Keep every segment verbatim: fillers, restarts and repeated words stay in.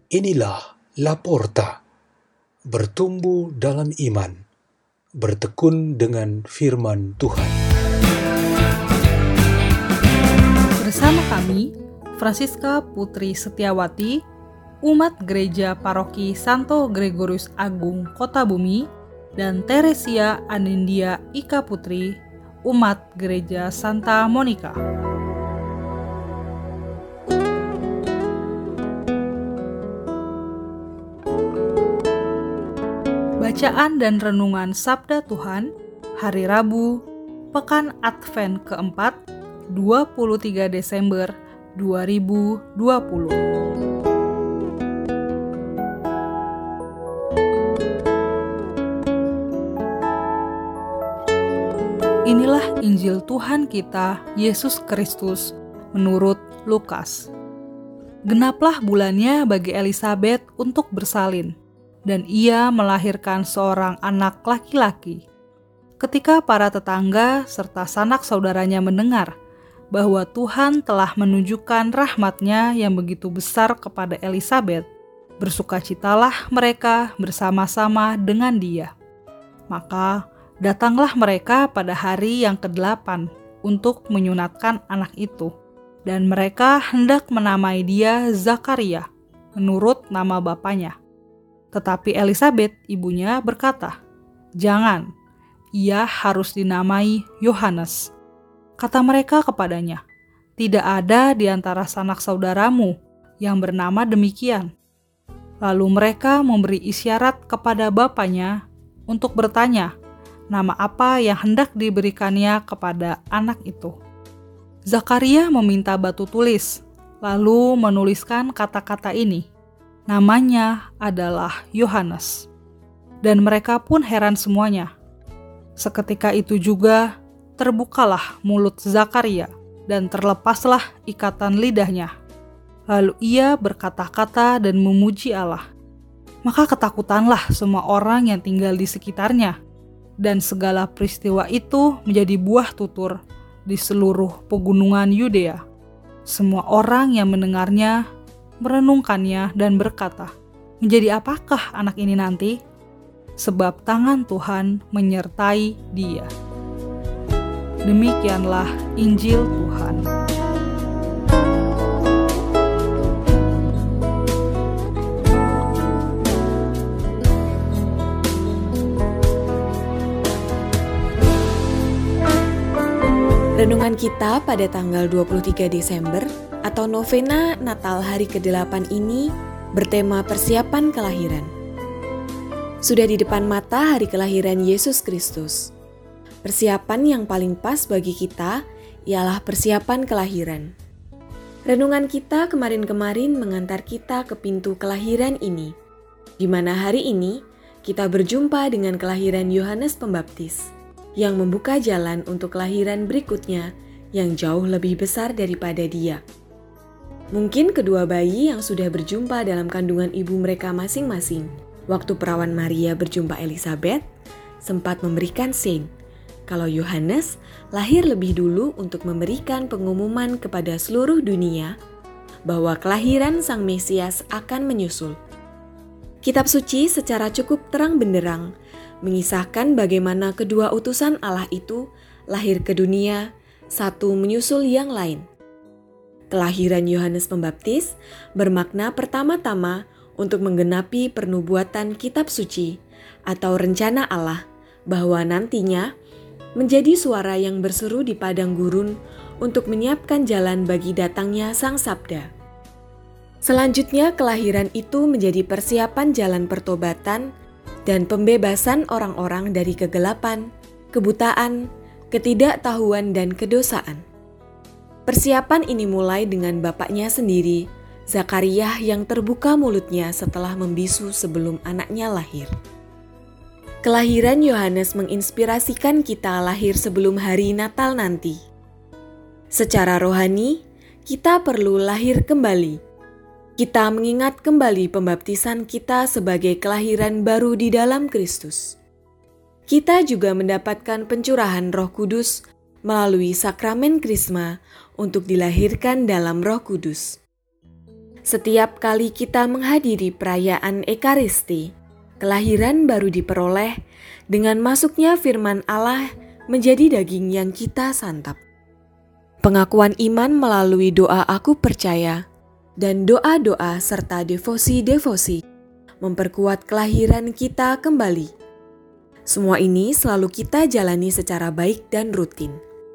Inilah Laporta, bertumbuh dalam iman, bertekun dengan firman Tuhan. Bersama kami, Francisca Putri Setiawati, umat gereja paroki Santo Gregorius Agung Kota Bumi, dan Teresia Anindya Ika Putri, umat gereja Santa Monica. Bacaan dan renungan Sabda Tuhan, hari Rabu, Pekan Advent keempat, dua puluh tiga Desember dua ribu dua puluh. Inilah Injil Tuhan kita, Yesus Kristus, menurut Lukas. Genaplah bulannya bagi Elisabet untuk bersalin, dan ia melahirkan seorang anak laki-laki. Ketika para tetangga serta sanak saudaranya mendengar bahwa Tuhan telah menunjukkan rahmat-Nya yang begitu besar kepada Elisabet, bersukacitalah mereka bersama-sama dengan dia. Maka datanglah mereka pada hari yang kedelapan untuk menyunatkan anak itu, dan mereka hendak menamai dia Zakaria, menurut nama bapaknya. Tetapi Elisabet, ibunya, berkata, "Jangan, ia harus dinamai Yohanes." Kata mereka kepadanya, "Tidak ada di antara sanak saudaramu yang bernama demikian." Lalu mereka memberi isyarat kepada bapaknya untuk bertanya nama apa yang hendak diberikannya kepada anak itu. Zakaria meminta batu tulis, lalu menuliskan kata-kata ini. Namanya adalah Yohanes. Dan mereka pun heran semuanya. Seketika itu juga terbukalah mulut Zakaria dan terlepaslah ikatan lidahnya. Lalu ia berkata-kata dan memuji Allah. Maka ketakutanlah semua orang yang tinggal di sekitarnya, dan segala peristiwa itu menjadi buah tutur di seluruh pegunungan Yudea. Semua orang yang mendengarnya merenungkannya dan berkata, "Menjadi apakah anak ini nanti? Sebab tangan Tuhan menyertai dia." Demikianlah Injil Tuhan. Renungan kita pada tanggal dua puluh tiga Desember atau novena Natal hari kedelapan ini bertema persiapan kelahiran. Sudah di depan mata hari kelahiran Yesus Kristus. Persiapan yang paling pas bagi kita ialah persiapan kelahiran. Renungan kita kemarin-kemarin mengantar kita ke pintu kelahiran ini, di mana hari ini kita berjumpa dengan kelahiran Yohanes Pembaptis, yang membuka jalan untuk kelahiran berikutnya yang jauh lebih besar daripada dia. Mungkin kedua bayi yang sudah berjumpa dalam kandungan ibu mereka masing-masing, waktu perawan Maria berjumpa Elisabet, sempat memberikan sein kalau Yohanes lahir lebih dulu untuk memberikan pengumuman kepada seluruh dunia bahwa kelahiran Sang Mesias akan menyusul. Kitab suci secara cukup terang benderang mengisahkan bagaimana kedua utusan Allah itu lahir ke dunia, satu menyusul yang lain. Kelahiran Yohanes Pembaptis bermakna pertama-tama untuk menggenapi pernubuatan kitab suci atau rencana Allah bahwa nantinya menjadi suara yang berseru di padang gurun untuk menyiapkan jalan bagi datangnya Sang Sabda. Selanjutnya kelahiran itu menjadi persiapan jalan pertobatan dan pembebasan orang-orang dari kegelapan, kebutaan, ketidaktahuan, dan kedosaan. Persiapan ini mulai dengan bapaknya sendiri, Zakaria, yang terbuka mulutnya setelah membisu sebelum anaknya lahir. Kelahiran Yohanes menginspirasikan kita lahir sebelum hari Natal nanti. Secara rohani, kita perlu lahir kembali. Kita mengingat kembali pembaptisan kita sebagai kelahiran baru di dalam Kristus. Kita juga mendapatkan pencurahan Roh Kudus melalui sakramen Krisma untuk dilahirkan dalam Roh Kudus. Setiap kali kita menghadiri perayaan Ekaristi, kelahiran baru diperoleh dengan masuknya firman Allah menjadi daging yang kita santap. Pengakuan iman melalui doa aku percaya dan doa-doa serta devosi-devosi memperkuat kelahiran kita kembali. Semua ini selalu kita jalani secara baik dan rutin.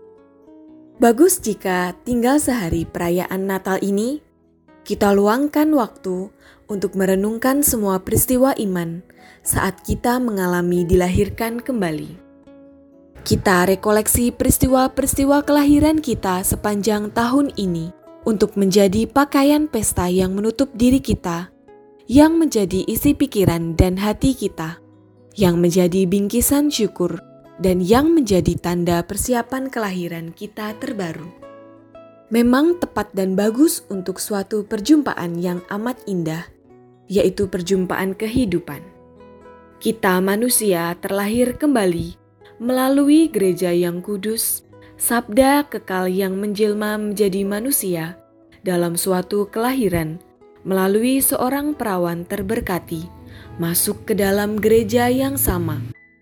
Bagus jika tinggal sehari perayaan Natal ini, kita luangkan waktu untuk merenungkan semua peristiwa iman saat kita mengalami dilahirkan kembali. Kita rekoleksi peristiwa-peristiwa kelahiran kita sepanjang tahun ini untuk menjadi pakaian pesta yang menutup diri kita, yang menjadi isi pikiran dan hati kita, yang menjadi bingkisan syukur, dan yang menjadi tanda persiapan kelahiran kita terbaru. Memang tepat dan bagus untuk suatu perjumpaan yang amat indah, yaitu perjumpaan kehidupan. Kita manusia terlahir kembali melalui gereja yang kudus, sabda kekal yang menjelma menjadi manusia dalam suatu kelahiran melalui seorang perawan terberkati masuk ke dalam gereja yang sama.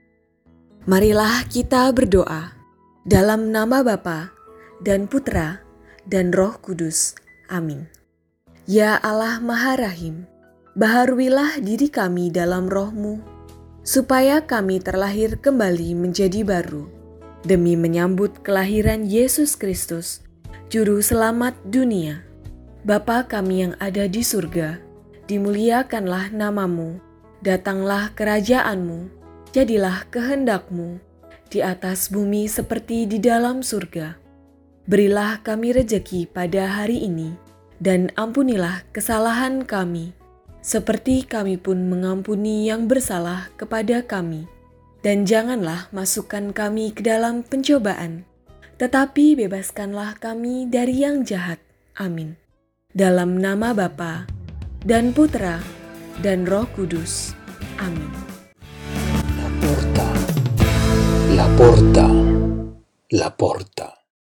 Marilah kita berdoa dalam nama Bapa dan Putra dan Roh Kudus. Amin. Ya Allah Maha Rahim, baharuilah diri kami dalam roh-Mu, supaya kami terlahir kembali menjadi baru, demi menyambut kelahiran Yesus Kristus, Juru Selamat dunia. Bapa kami yang ada di surga, dimuliakanlah nama-Mu, datanglah kerajaan-Mu, jadilah kehendak-Mu, di atas bumi seperti di dalam surga. Berilah kami rejeki pada hari ini, dan ampunilah kesalahan kami, seperti kami pun mengampuni yang bersalah kepada kami. Dan janganlah masukkan kami ke dalam pencobaan, tetapi bebaskanlah kami dari yang jahat. Amin. Dalam nama Bapa dan Putra dan Roh Kudus. Amin. La porta, la porta, la porta.